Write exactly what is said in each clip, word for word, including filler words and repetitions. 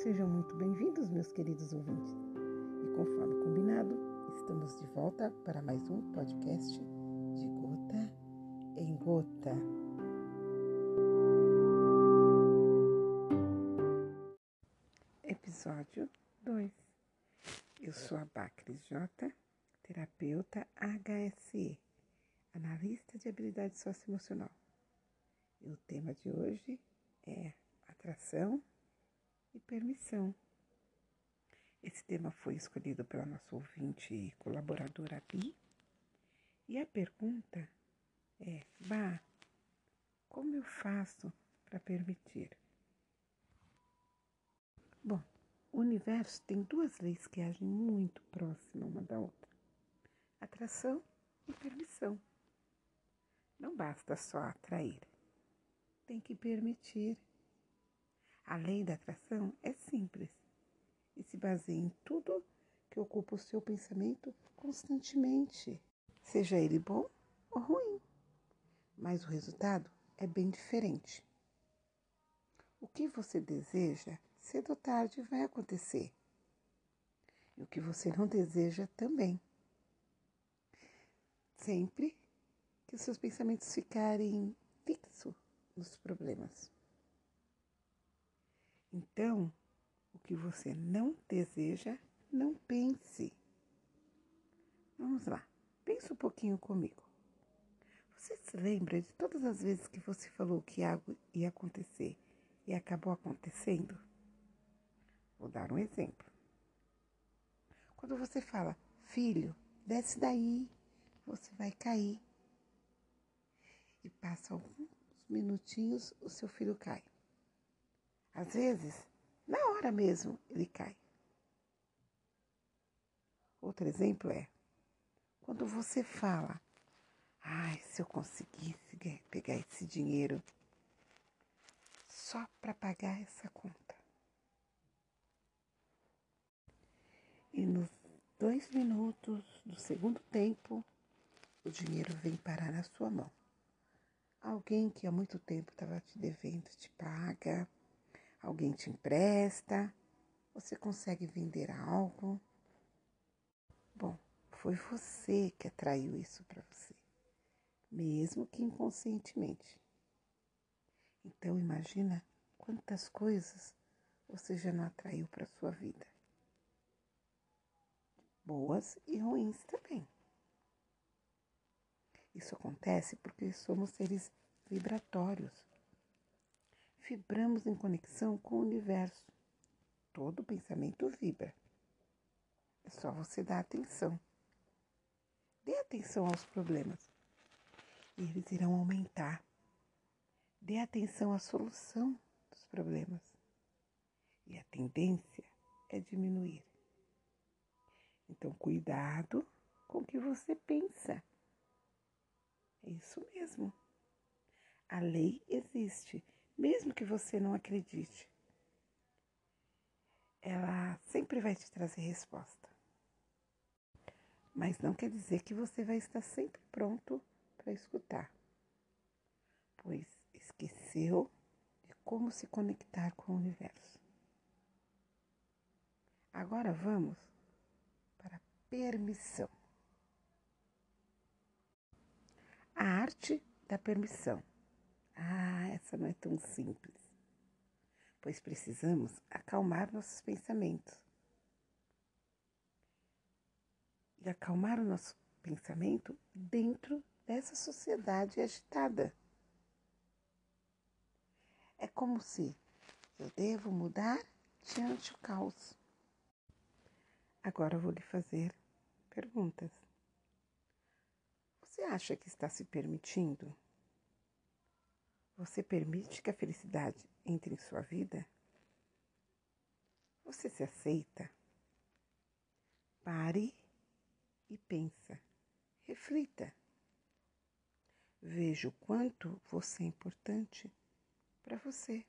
Sejam muito bem-vindos, meus queridos ouvintes. E conforme combinado, estamos de volta para mais um podcast de Gota em Gota. Episódio dois. Eu sou a Bacris J, terapeuta H S E, analista de habilidade socioemocional. E o tema de hoje é atração e permissão. Esse tema foi escolhido pela nossa ouvinte e colaboradora Bi. E a pergunta é, Bah, como eu faço para permitir? Bom, o universo tem duas leis que agem muito próximas uma da outra. Atração e permissão. Não basta só atrair, tem que permitir. A lei da atração é simples e se baseia em tudo que ocupa o seu pensamento constantemente, seja ele bom ou ruim. Mas o resultado é bem diferente. O que você deseja, cedo ou tarde vai acontecer. E o que você não deseja também. Sempre que os seus pensamentos ficarem fixos nos problemas. Então, o que você não deseja, não pense. Vamos lá, pensa um pouquinho comigo. Você se lembra de todas as vezes que você falou que algo ia acontecer e acabou acontecendo? Vou dar um exemplo. Quando você fala, filho, desce daí, você vai cair. E passa alguns minutinhos, o seu filho cai. Às vezes, na hora mesmo, ele cai. Outro exemplo é, quando você fala, ai, se eu conseguisse pegar esse dinheiro só para pagar essa conta. E nos dois minutos do segundo tempo, o dinheiro vem parar na sua mão. Alguém que há muito tempo estava te devendo te paga, alguém te empresta, você consegue vender algo. Bom, foi você que atraiu isso para você, mesmo que inconscientemente. Então imagina quantas coisas você já não atraiu para sua vida. Boas e ruins também. Isso acontece porque somos seres vibratórios. Vibramos em conexão com o universo. Todo pensamento vibra. É só você dar atenção. Dê atenção aos problemas. E eles irão aumentar. Dê atenção à solução dos problemas. E a tendência é diminuir. Então, cuidado com o que você pensa. É isso mesmo. A lei existe, mesmo que você não acredite. Ela sempre vai te trazer resposta. Mas não quer dizer que você vai estar sempre pronto para escutar, pois esqueceu de como se conectar com o universo. Agora vamos para a permissão. A arte da permissão. Ah, essa não é tão simples, pois precisamos acalmar nossos pensamentos. E acalmar o nosso pensamento dentro dessa sociedade agitada. É como se eu devo mudar diante do caos. Agora eu vou lhe fazer perguntas. Você acha que está se permitindo? Você permite que a felicidade entre em sua vida? Você se aceita? Pare e pensa. Reflita. Veja o quanto você é importante para você.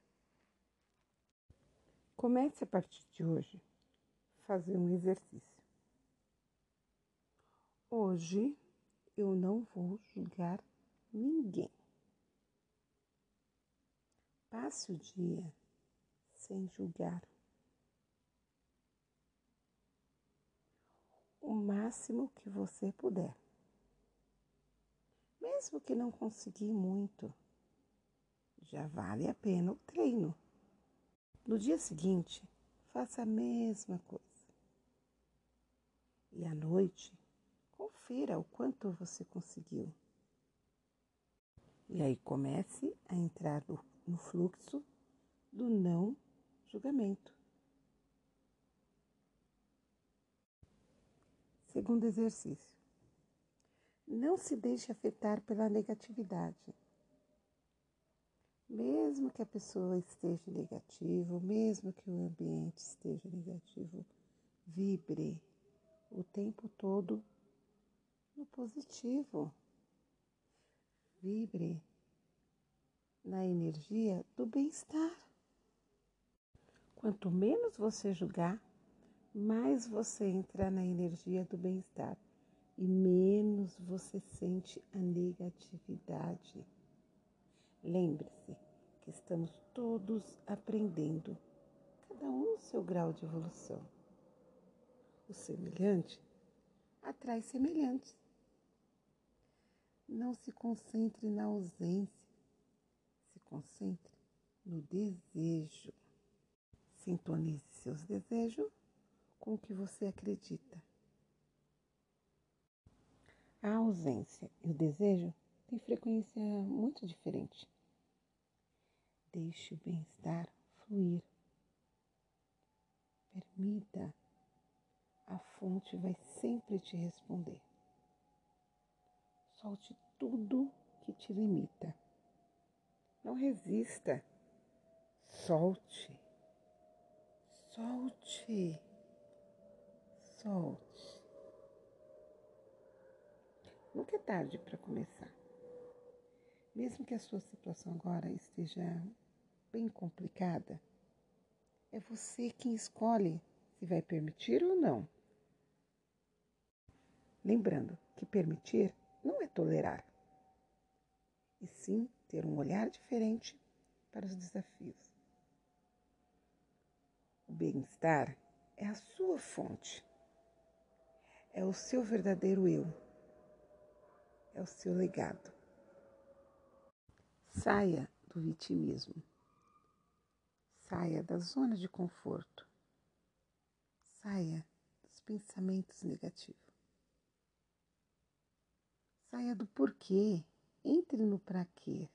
Comece a partir de hoje a fazer um exercício. Hoje eu não vou julgar ninguém. Passe o dia sem julgar o máximo que você puder. Mesmo que não conseguir muito, já vale a pena o treino. No dia seguinte, faça a mesma coisa. E à noite, confira o quanto você conseguiu. E aí comece a entrar no, no fluxo do não julgamento. Segundo exercício. Não se deixe afetar pela negatividade. Mesmo que a pessoa esteja negativa, mesmo que o ambiente esteja negativo, vibre o tempo todo no positivo. Vibre na energia do bem-estar. Quanto menos você julgar, mais você entra na energia do bem-estar e menos você sente a negatividade. Lembre-se que estamos todos aprendendo, cada um no seu grau de evolução. O semelhante atrai semelhantes. Não se concentre na ausência, se concentre no desejo. Sintonize seus desejos com o que você acredita. A ausência e o desejo têm frequência muito diferente. Deixe o bem-estar fluir. Permita, a fonte vai sempre te responder. Solte tudo que te limita. Não resista. Solte. Solte. Solte. Nunca é tarde para começar. Mesmo que a sua situação agora esteja bem complicada, é você quem escolhe se vai permitir ou não. Lembrando que permitir não é tolerar, e sim ter um olhar diferente para os desafios. O bem-estar é a sua fonte, é o seu verdadeiro eu, é o seu legado. Saia do vitimismo, saia da zona de conforto, saia dos pensamentos negativos, saia do porquê, entre no pra quê.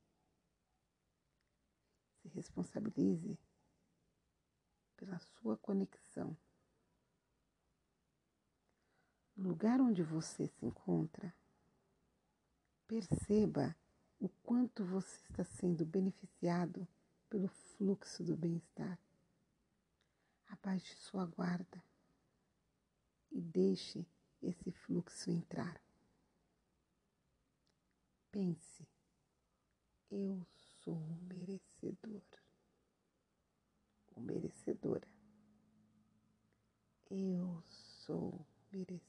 Se responsabilize pela sua conexão. No lugar onde você se encontra, perceba o quanto você está sendo beneficiado pelo fluxo do bem-estar. Abaixe sua guarda e deixe esse fluxo entrar. Pense, eu sou merecedor, ou merecedora. Eu sou merecedor.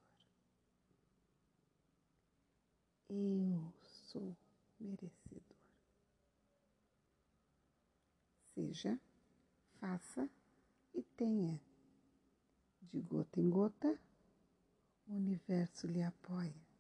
Eu sou merecedor. Seja, faça e tenha. De gota em gota, o universo lhe apoia.